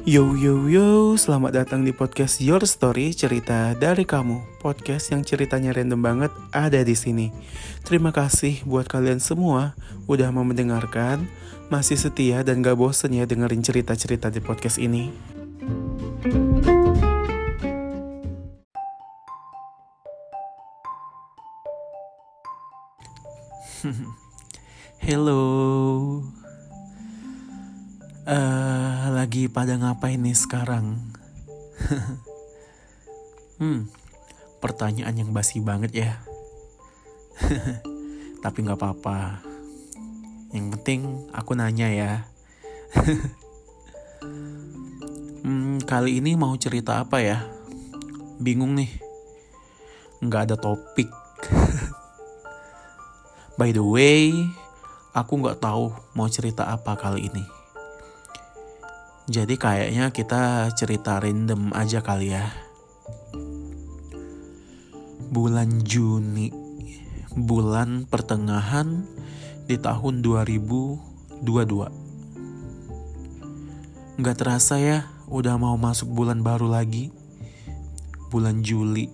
Yo yo yo, selamat datang di podcast Your Story, cerita dari kamu. Podcast yang ceritanya random banget ada di sini. Terima kasih buat kalian semua udah mau mendengarkan, masih setia dan gak bosen ya dengerin cerita-cerita di podcast ini. Hello. Lagi pada ngapain nih sekarang? Pertanyaan yang basi banget ya. Tapi gak apa-apa. Yang penting aku nanya ya. Kali ini mau cerita apa ya? Bingung nih. Gak ada topik. By the way, aku gak tahu mau cerita apa kali ini. Jadi kayaknya kita cerita random aja kali ya. Bulan Juni, bulan pertengahan di tahun 2022. Gak terasa ya, udah mau masuk bulan baru lagi. Bulan Juli.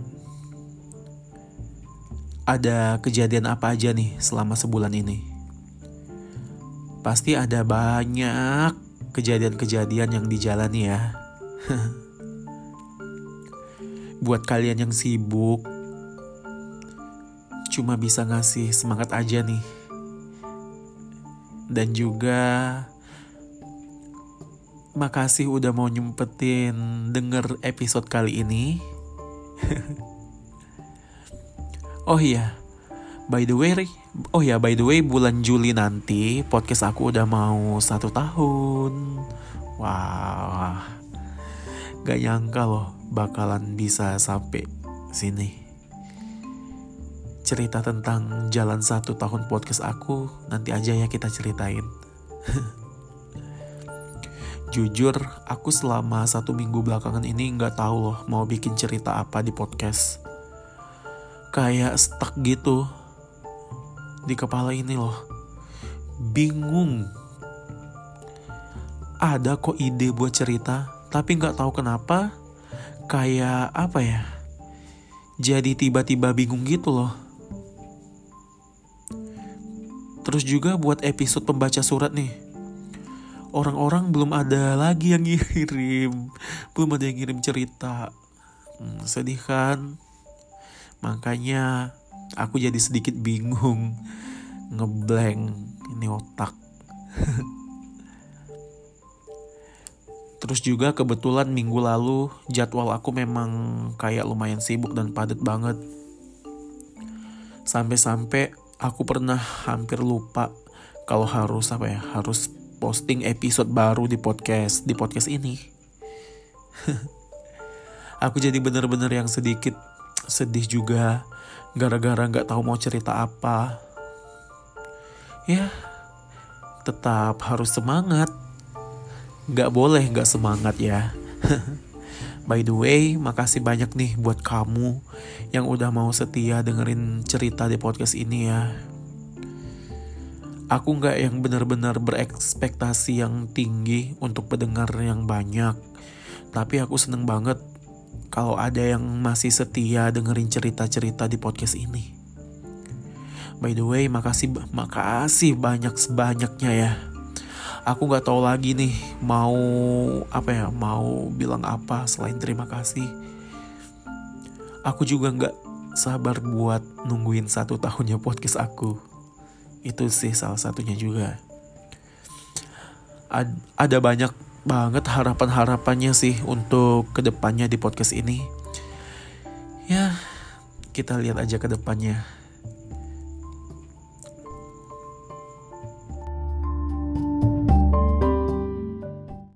Ada kejadian apa aja nih selama sebulan ini? Pasti ada banyak kejadian-kejadian yang dijalani ya. Buat kalian yang sibuk, cuma bisa ngasih semangat aja nih. Dan juga makasih udah mau nyempetin denger episode kali ini. Oh iya, by the way, bulan Juli nanti podcast aku udah mau 1 tahun. Wah, gak nyangka loh bakalan bisa sampai sini. Cerita tentang jalan 1 tahun podcast aku nanti aja ya kita ceritain. Jujur, aku selama 1 minggu belakangan ini gak tahu loh mau bikin cerita apa di podcast. Kayak stuck gitu di kepala ini loh. Bingung. Ada kok ide buat cerita, tapi gak tahu kenapa kayak apa ya, jadi tiba-tiba bingung gitu loh. Terus juga buat episode pembaca surat nih, orang-orang belum ada lagi yang ngirim. Belum ada yang ngirim cerita. Sedih kan? Makanya aku jadi sedikit bingung, ngeblank ini otak. Terus juga kebetulan minggu lalu jadwal aku memang kayak lumayan sibuk dan padat banget. Sampai-sampai aku pernah hampir lupa kalau harus posting episode baru di podcast ini. Aku jadi bener-bener yang sedikit sedih juga gara-gara gak tahu mau cerita apa. Ya, tetap harus semangat. Gak boleh gak semangat ya. By the way, makasih banyak nih buat kamu yang udah mau setia dengerin cerita di podcast ini ya. Aku gak yang benar-benar berekspektasi yang tinggi untuk pendengar yang banyak. Tapi aku seneng banget kalau ada yang masih setia dengerin cerita-cerita di podcast ini. By the way, makasih banyak sebanyaknya ya. Aku gak tahu lagi nih mau bilang apa selain terima kasih. Aku juga gak sabar buat nungguin 1 tahunnya podcast aku. Itu sih salah satunya juga. Ada banyak banget harapan-harapannya sih untuk kedepannya di podcast ini. Ya, kita lihat aja kedepannya.